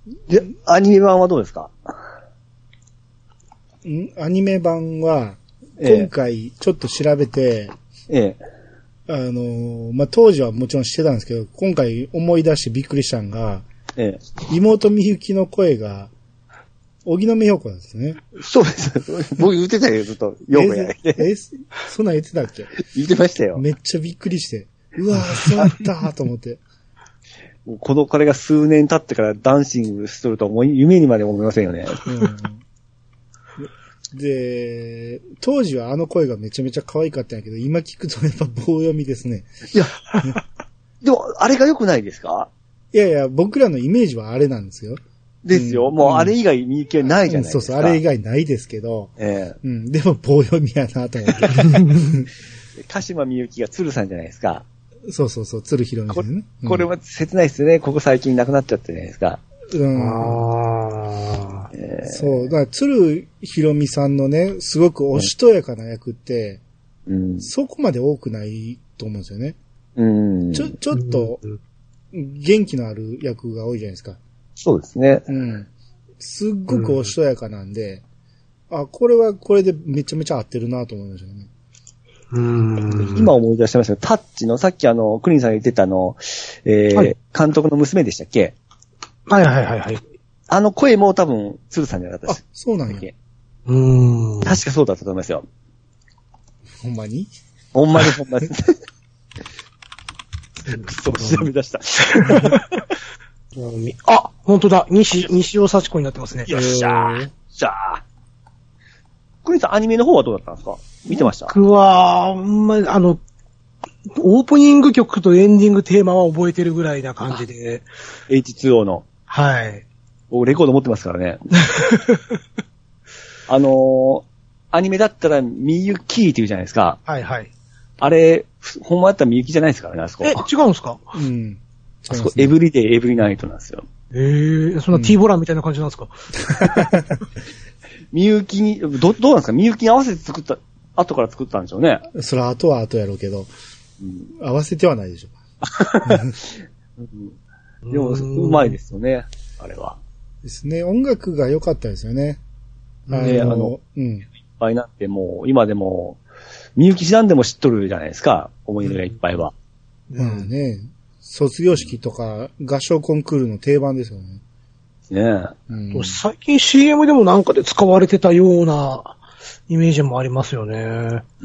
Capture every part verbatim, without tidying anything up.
で、アニメ版はどうですか？ んアニメ版は、今回ちょっと調べて、 ええ。 あのー、まあ、当時はもちろんしてたんですけど、今回思い出してびっくりしたのが、 ええ。 妹みゆきの声が、荻野目洋子なんですね。 そうです。僕言ってたよ、ずっと。よくやえ、え、そんなん言ってたっけ？ 言ってましたよ。 めっちゃびっくりして。うわぁ、そうだったと思って。 この彼が数年経ってからダンシングしとるともう夢にまで思いませんよね。 うん、で、当時はあの声がめちゃめちゃ可愛かったんやけど、今聞くとやっぱ棒読みですね。 いや、でもあれが良くないですか？ いやいや、僕らのイメージはあれなんですよ。 ですよ。うん、もうあれ以外みゆきはないじゃないですか。 うん、そうそう、あれ以外ないですけど。 ええ。 うん、でも棒読みやなと思って。 鹿島みゆきが鶴さんじゃないですか。 そうそうそう、鶴ひろみですね。 これは切ないですね。ここ最近亡くなっちゃったじゃないですか。 うん。あえー、そう。だから鶴ひろみさんのね、すごくおしとやかな役って、うん、そこまで多くないと思うんですよね。うん。ちょ、ちょっと、元気のある役が多いじゃないですか。 そうですね。 うん。すっごくおしとやかなんで、うん、あ、これはこれでめちゃめちゃ合ってるなと思いましたよね。 うーん今思い出してましたけど、タッチの、さっきあの、クリンさんが言ってたあの、えーはい、監督の娘でしたっけ？ はいはいはいはい。 あの声も多分、鶴さんじゃなかったです。 あ、そうなんや。 うーん。確かそうだったと思いますよ。 ほんまに？ ほんまにほんまに。くそ、調べ出した。 あ、ほんとだ。西、西尾幸子になってますね。 よっしゃー。じゃあ。クリンさん、アニメの方はどうだったんですか？見てました？ 僕は、まあ、あの、オープニング曲とエンディングテーマは覚えてるぐらいな感じで。 エイチツーオー の。 はい。 僕、レコード持ってますからね。あのー、アニメだったら、みゆきって言うじゃないですか。 はいはい。 あれ、ほんまだったらみゆきじゃないですからね、あそこ。 え、違うんですか？ うん。 あそこ、エブリデイ、エブリナイトなんですよ。 ええー、そんな T ボランみたいな感じなんですか？ みゆきに、ど、どうなんですか？みゆきに合わせて作った、後から作ったんでしょうね。 それは後は後やろうけど、うん、合わせてはないでしょ。 うん、でも、うまいですよね、あれは。 ですね。音楽が良かったですよね。 ね、あの、うん。いっぱいなんてもう、今でも、みゆき知らんでも知っとるじゃないですか、思い出がいっぱいは。 うん、うんね。卒業式とか合唱コンクールの定番ですよね。 ねえ、 うん。最近 シーエム でもなんかで使われてたようなイメージもありますよね。うん。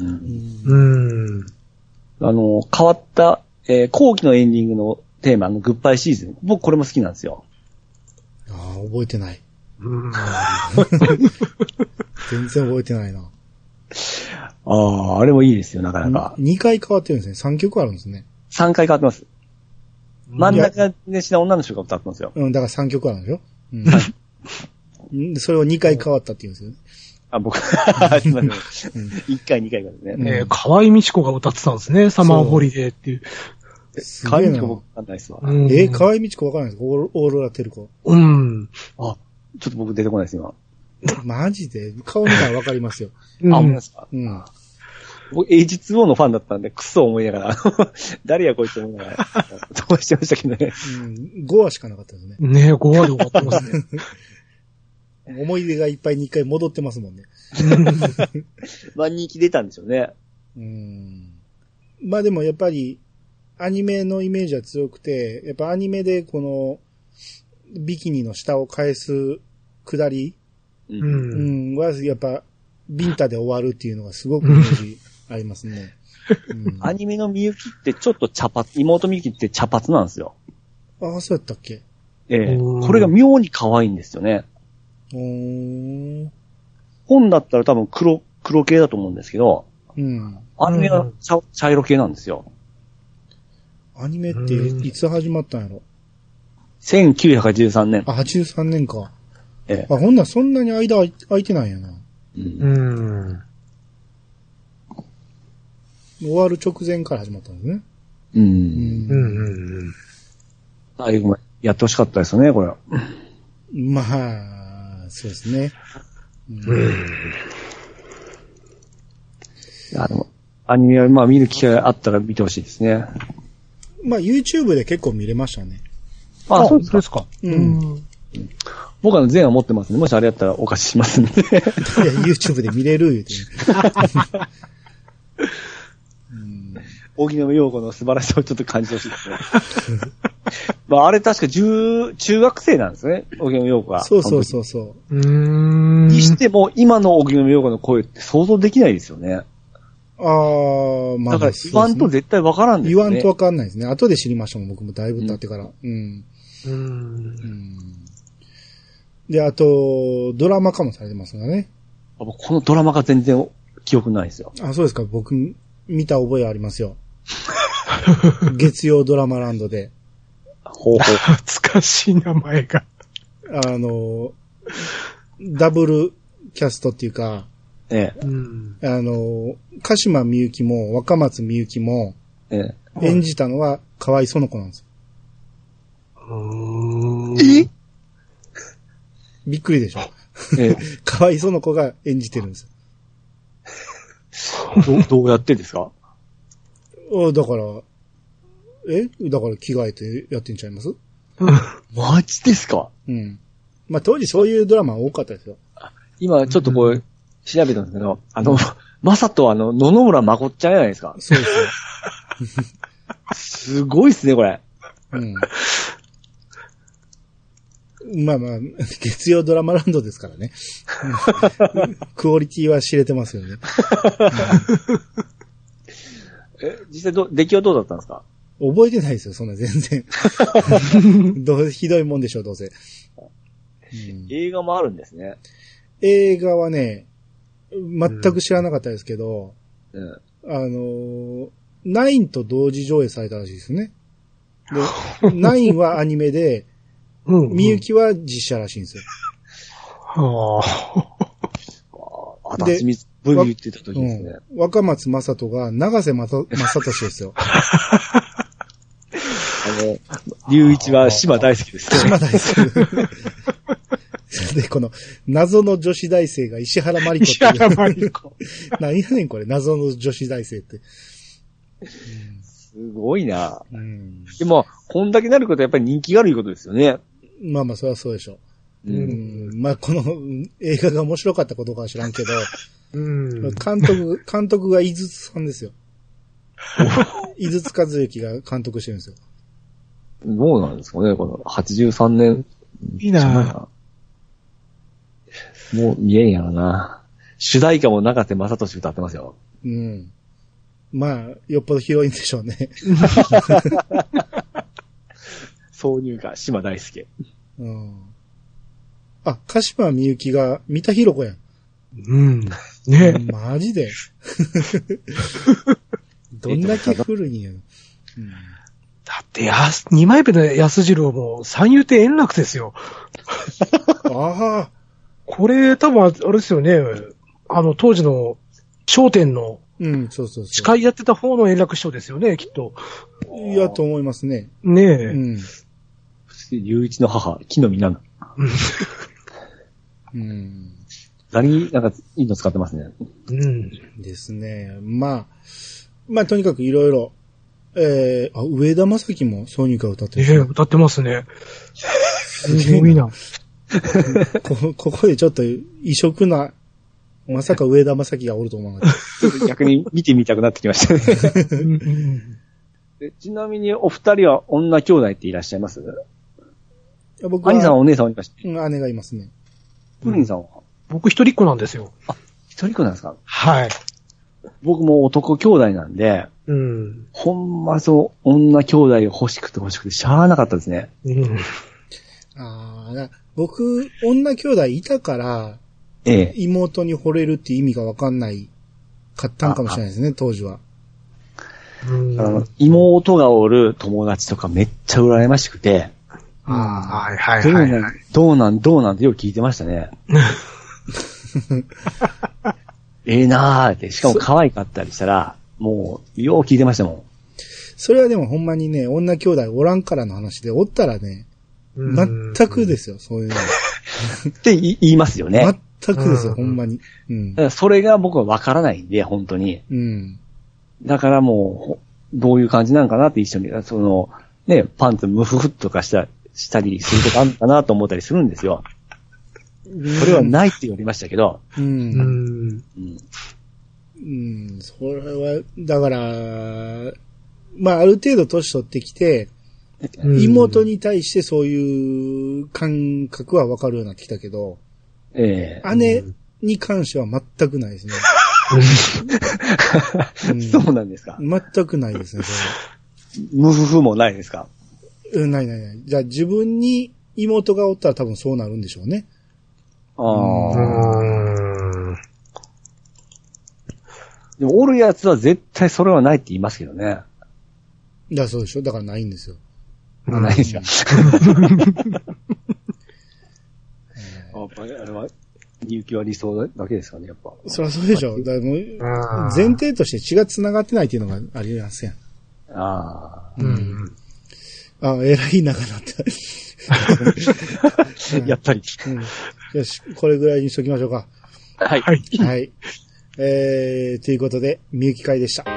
うん、 あの、変わった、えー、後期のエンディングのテーマのグッバイシーズン。僕これも好きなんですよ。 ああ、覚えてない。うん全然覚えてないな。 ああ、あれもいいですよ、なかなか。 にかい変わってるんですね。さんきょくあるんですね。 さんかい変わってます。真ん中でした女の人が歌ってますよ。 うん、だからさんきょくあるんですよ。うん、それをにかい変わったって言うんですよね。 あ、僕、すみません。いっかい、にかいからね。 えー、河合美智子が歌ってたんですね。サマーホリデーっていう。 河合美智子僕わかんないですわ。 えー、河合美智子わかんないですか？オーロラテルコ。 うん。 あ、ちょっと僕出てこないです、今。 マジで顔見たらわかりますよ。 あ、思いますか？うん。僕、エイチツーオー のファンだったんで、クソ思いながら、誰やこいつ思いながら、飛ばしてましたけどね。 うん、ごわしかなかったですね。 ねえ、ごわで終わってますね。 思い出がいっぱいにかい戻ってますもんね。 まあ、人気出たんでしょうね。 うん。まあでもやっぱり、アニメのイメージは強くて、やっぱアニメでこの、ビキニの下を返す下り、うん、うん、はやっぱ、ビンタで終わるっていうのがすごくイメージありますね。うん、アニメのみゆきってちょっと茶髪、妹みゆきって茶髪なんですよ。 ああ、そうやったっけ？ ええー。これが妙に可愛いんですよね。おー。本だったら多分黒、黒系だと思うんですけど、うん。アニメは茶、茶色系なんですよ。 アニメっていつ始まったんやろ？ せんきゅうひゃくはちじゅうさんねん。 あ、はちじゅうさんねんか。 ええ。 あ、ほんならそんなに間空いてないんやな。 うん。 終わる直前から始まったんですね。 うん。うん。うん。最後までやってほしかったですよね、これは。 まあ、そうですね。うん。うん、 いや、でも、アニメはまあ見る機会あったら見てほしいですね。 まあ YouTube で結構見れましたね。 あ、そうですか。 うん。 僕は全話持ってますんで、もしあれやったらお貸ししますんで。いや、 YouTube で見れる言うて。 荻野目洋子の素晴らしさをちょっと感じてほしいですね。まあ、あれ確か中、中学生なんですね、荻野目洋子が。 そうそうそうそう。 うーん。 にしても、今の荻野目洋子の声って想像できないですよね。 ああ、まあ、 だから言わんと絶対わからんですね。 言わんとわかんないですね。後で知りましたもん、僕もだいぶ経ってから。うん。 うん。うんうんで、あと、ドラマ化もされてますからね。 このドラマが全然記憶ないですよ。 あ、そうですか。僕、見た覚えありますよ。月曜ドラマランドで。 ほうほう。懐かしい名前が。 あの、ダブルキャストっていうか、 ええ。 うん、あの、鹿島みゆきも若松みゆきも、 ええ、 演じたのは河合園子なんですよ。 うーんえびっくりでしょ。 ええ、 河合園子が演じてるんですよ。ど, どうやってですか？ だから、えだから着替えてやってんちゃいます？ マジですか？ うん。まあ、当時そういうドラマ多かったですよ。 今ちょっとこう、うん、調べたんですけど、あの、まさとあの、野々村まこっちゃんじゃないですか。 そうですよ。 すごいっすね、これ。 うん。まあまあ、月曜ドラマランドですからね。クオリティは知れてますよね。 え、実際ど、出来はどうだったんですか？ 覚えてないですよ、そんな全然。どうひどいもんでしょう、どうせ、うん。 映画もあるんですね。 映画はね、全く知らなかったですけど、うん、あの、ナインと同時上映されたらしいですね。で、ナインはアニメで、みゆきは実写らしいんですよ。 はあ。あたしみ V 言ってた時ですね。 うん、若松正人が長瀬正俊ですよ。 あの、龍一は島大好きです、ね。 島大好き。で、この、謎の女子大生が石原まりこっていう。石原まりこ。何やねんこれ、謎の女子大生って。 うん、すごいな、 うん。 でも、こんだけなることはやっぱり人気があるいうことですよね。 まあまあ、それはそうでしょう。 うん。 うん、まあ、この映画が面白かったことかは知らんけど、 うん、 監督、監督が井筒さんですよ。井筒和之が監督してるんですよ。 どうなんですかね、このはちじゅうさんねん。 いいなもう見えんやろな。主題歌も中瀬正俊歌ってますよ。 うん。まあ、よっぽど広いんでしょうね。 挿入歌、島大輔。 うん。あ、鹿島みゆきが三田寛子やん。 うん。ねえ。 マジで。どんだけ古いんや。うん、 だって、やす、二枚目の安次郎も三遊亭円楽ですよ。 ああ。 これ、多分、あれですよね。あの、当時の、笑点の、 うん、そうそうそう。 司会やってた方の円楽師匠ですよね、きっと。 いや、と思いますね。 ねえ。 うん。 龍一の母、木の実なの。 うん。 何、なんか、いいの使ってますね。 うん。 ですね。まあ、まあ、とにかくいろいろ、えー、あ、上田正樹も挿入歌歌ってる。ええー、歌ってますね。すごいな。 こ, ここでちょっと異色な、まさか上田正樹がおると思わなかった。 逆に見てみたくなってきましたね。でちなみにお二人は女兄弟っていらっしゃいます？ 僕は。 兄さんはお姉さんはいました。 うん、姉がいますね。 プリンさんは？ 僕一人っ子なんですよ。 あ、一人っ子なんですか？ はい。 僕も男兄弟なんで、 うん。 ほんまそう、女兄弟が欲しくて欲しくてしゃあなかったですね。 うん。 ああ、僕、女兄弟いたから、 ええ、 妹に惚れるっていう意味がわかんないかったんかもしれないですね、当時は。 うん、 あの妹がおる友達とかめっちゃ羨ましくて、 ああ、はいはいはい、はい。 どうなん、どうなんってよく聞いてましたね。ええなーって、しかも可愛かったりしたら、もう、よう聞いてましたもん。 それはでもほんまにね、女兄弟おらんからの話で、おったらね、全くですよ、そういうの。 って言いますよね。 全くですよ、ほんまに。うん。 だからそれが僕は分からないんで、本当に。 うん。 だからもう、どういう感じなんかなって一緒に、その、ね、パンツムフフとかしたしたりすることあるかなと思ったりするんですよ。それはないって言われましたけど。 うん。うん。 うん。 うん。それは、だから、まあ、ある程度年取ってきて、妹に対してそういう感覚は分かるようになってきたけど、 ええ、 姉に関しては全くないですね。 うん、そうなんですか。 全くないですね、それ。無夫婦もないですか。 うん、ないないない。じゃあ自分に妹がおったら多分そうなるんでしょうね。 ああ。でも、おるやつは絶対それはないって言いますけどね。 だそうでしょ。だからないんですよ。 ないですよ。あれは、みゆきは理想だけですかね、やっぱ。 そりゃそうでしょ。だもう前提として血が繋がってないっていうのがありますやん。 ああ。 うん。あ、えらい長なった。 やっぱり、 うん。よし、これぐらいにしときましょうか。 はい。 はい。はい。えー、ということで、みゆき会でした。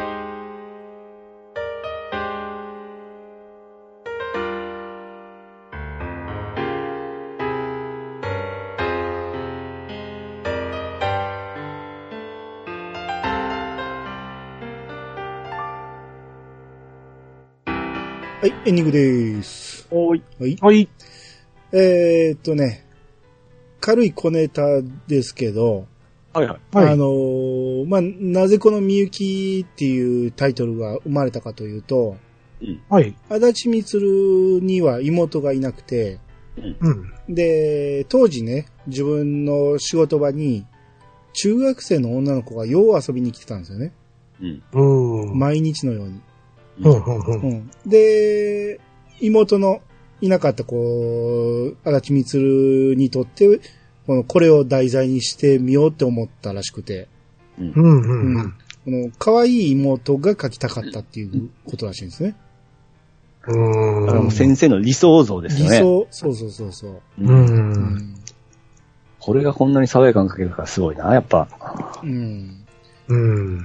はい、エンディングでーす。 おーい。 はい。 はい。 えーっとね、軽い小ネタですけど、 はいはい。 あのー、まあ、なぜこのみゆきっていうタイトルが生まれたかというと、 うん、 はい。 足立みつるには妹がいなくて、 うん、 で、当時ね、自分の仕事場に中学生の女の子がよう遊びに来てたんですよね。 うん、 毎日のように。 うんうんうんうん、で、妹のいなかったこう、足立みつるにとって、この、これを題材にしてみようって思ったらしくて。 うんうんうん。 この、可愛い妹が描きたかったっていうことらしいんですね。 うん。 だからもう先生の理想像ですよね。 理想、そうそうそうそう。 うん。うん、 これがこんなに爽やかに描けるからすごいな、やっぱ。 うん。 うん。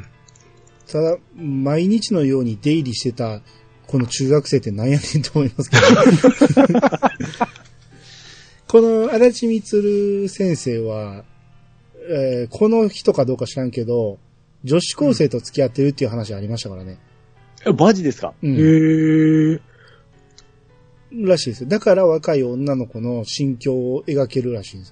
ただ、毎日のように出入りしてた、この中学生って何やねんと思いますけど。この足立みつる先生は、えー、この人かどうか知らんけど、女子高生と付き合ってるっていう話ありましたからね。 え、マジですか？ うん、 へー。 らしいですよ。だから若い女の子の心境を描けるらしいん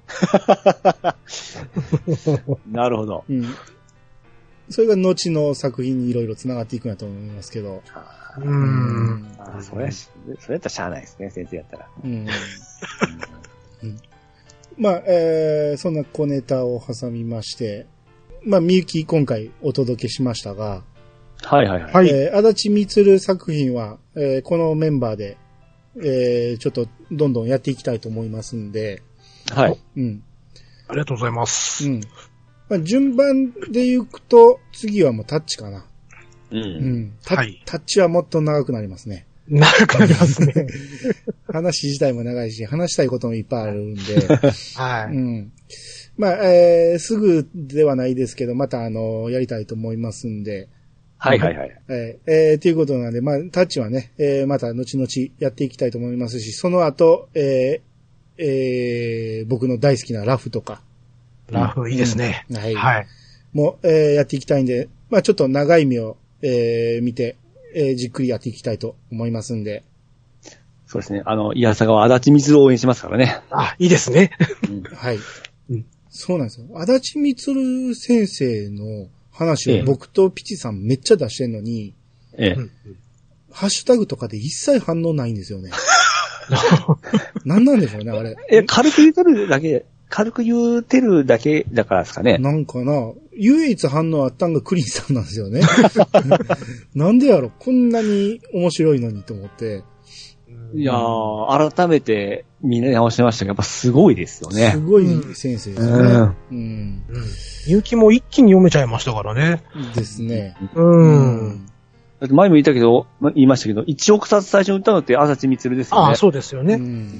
ですよ。 なるほど。 うん。それが後の作品にいろいろ繋がっていくんだと思いますけど。 うーん。 ああ、それ、それやったらしゃあないですね、先生やったら。うん。 うん、まあ、えー、そんな小ネタを挟みまして、まあ、みゆき今回お届けしましたが、 はいはいはい。 えー、足立みつる作品は、えー、このメンバーで、えー、ちょっとどんどんやっていきたいと思いますんで、 はい。 うん。 ありがとうございます。 うん。まあ、順番で行くと、次はもうタッチかな。 うん。うん。タ, はい、 タッチはもっと長くなりますね。 長くなりますね。 話自体も長いし、話したいこともいっぱいあるんで。 はい。 うん。まあ、えー、すぐではないですけど、またあの、やりたいと思いますんで。 はいはいはい。 えー、えー、ということなんで、まあ、タッチはね、えー、また後々やっていきたいと思いますし、その後、えー、えー、僕の大好きなラフとか。 ラフいいですね。 うん、はい。 はい。 もう、えー、やっていきたいんで、まあちょっと長い目を、えー、見て、えー、じっくりやっていきたいと思いますんで。 そうですね。あの、いやさがは足立みつるを応援しますからね。 あ、いいですね。 うん、はい、うん。そうなんですよ。足立みつる先生の話を僕とピチさんめっちゃ出してんのに、 ええ。 ハッシュタグとかで一切反応ないんですよね。何なんでしょうね、あれ。 え、軽く言うてるだけ、軽く言うてるだけだからですかね。 なんかな、唯一反応あったんがクリンさんなんですよね。なんでやろ、こんなに面白いのにと思って。 いやー、改めて見直してましたけど、やっぱすごいですよね。 すごい先生ですね。うん。うん。 みゆきも一気に読めちゃいましたからね。 ですね。 うん。うんだって前も言ったけど、言いましたけど、一億冊最初に売ったのって足立みつるですよね。 ああ、そうですよね。うん。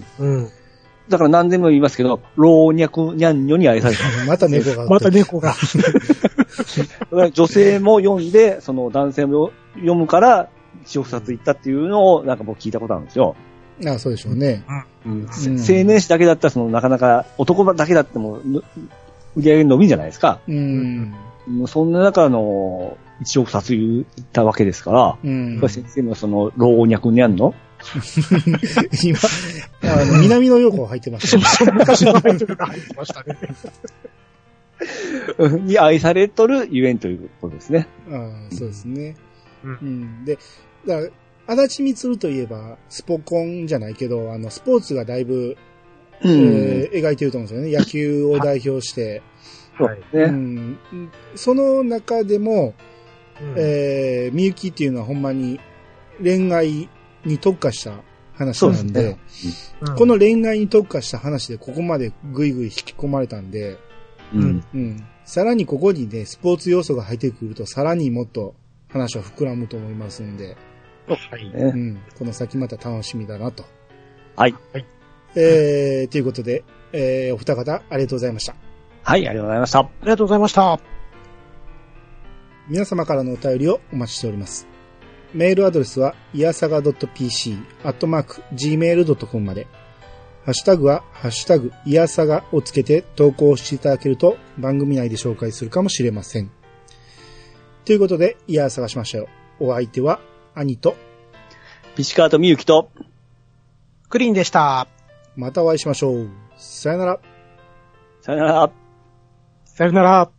うん。 だから何でも言いますけど、老若にゃんにょに愛された。 また猫が。 また猫が。 女性も読んで、その男性も読むから、一億冊いったっていうのをなんか僕聞いたことあるんですよ。 ああ、そうでしょうね。 うん。うん、青年誌だけだったら、その、なかなか、男だけだっても、売り上げ伸びんじゃないですか。うん。もうそんな中の、一億冊言ったわけですから、うん。先生のその、老若にゃんの今、あの、南の陽子入ってましたね。昔のアイドルが入ってましたね。 に愛されとるゆえんということですね。 ああ、そうですね。うん。うん、で、だから、足立光といえば、スポコンじゃないけど、あの、スポーツがだいぶ、うん、えー、描いてると思うんですよね。野球を代表して。 はい。ね、 うん。その中でも、うん、えー、みゆきっていうのはほんまに恋愛に特化した話なんで、でねうん、この恋愛に特化した話でここまでぐいぐい引き込まれたんで、うんうん、さらにここにね、スポーツ要素が入ってくると、さらにもっと話は膨らむと思いますんで、はい、うん、この先また楽しみだなと。 はい。はい、 えー、ということで、えー、お二方ありがとうございました。 はい、ありがとうございました。ありがとうございました。 皆様からのお便りをお待ちしております。メールアドレスは、いやさが .pc、アットマーク、ジーメールドットコム まで。ハッシュタグは、ハッシュタグ、いやさがをつけて投稿していただけると、番組内で紹介するかもしれません。ということで、いやさがしましたよ。お相手は、兄と、 ピチカートみゆきと、 クリーンでした。 またお会いしましょう。さよなら。 さよなら。 さよなら。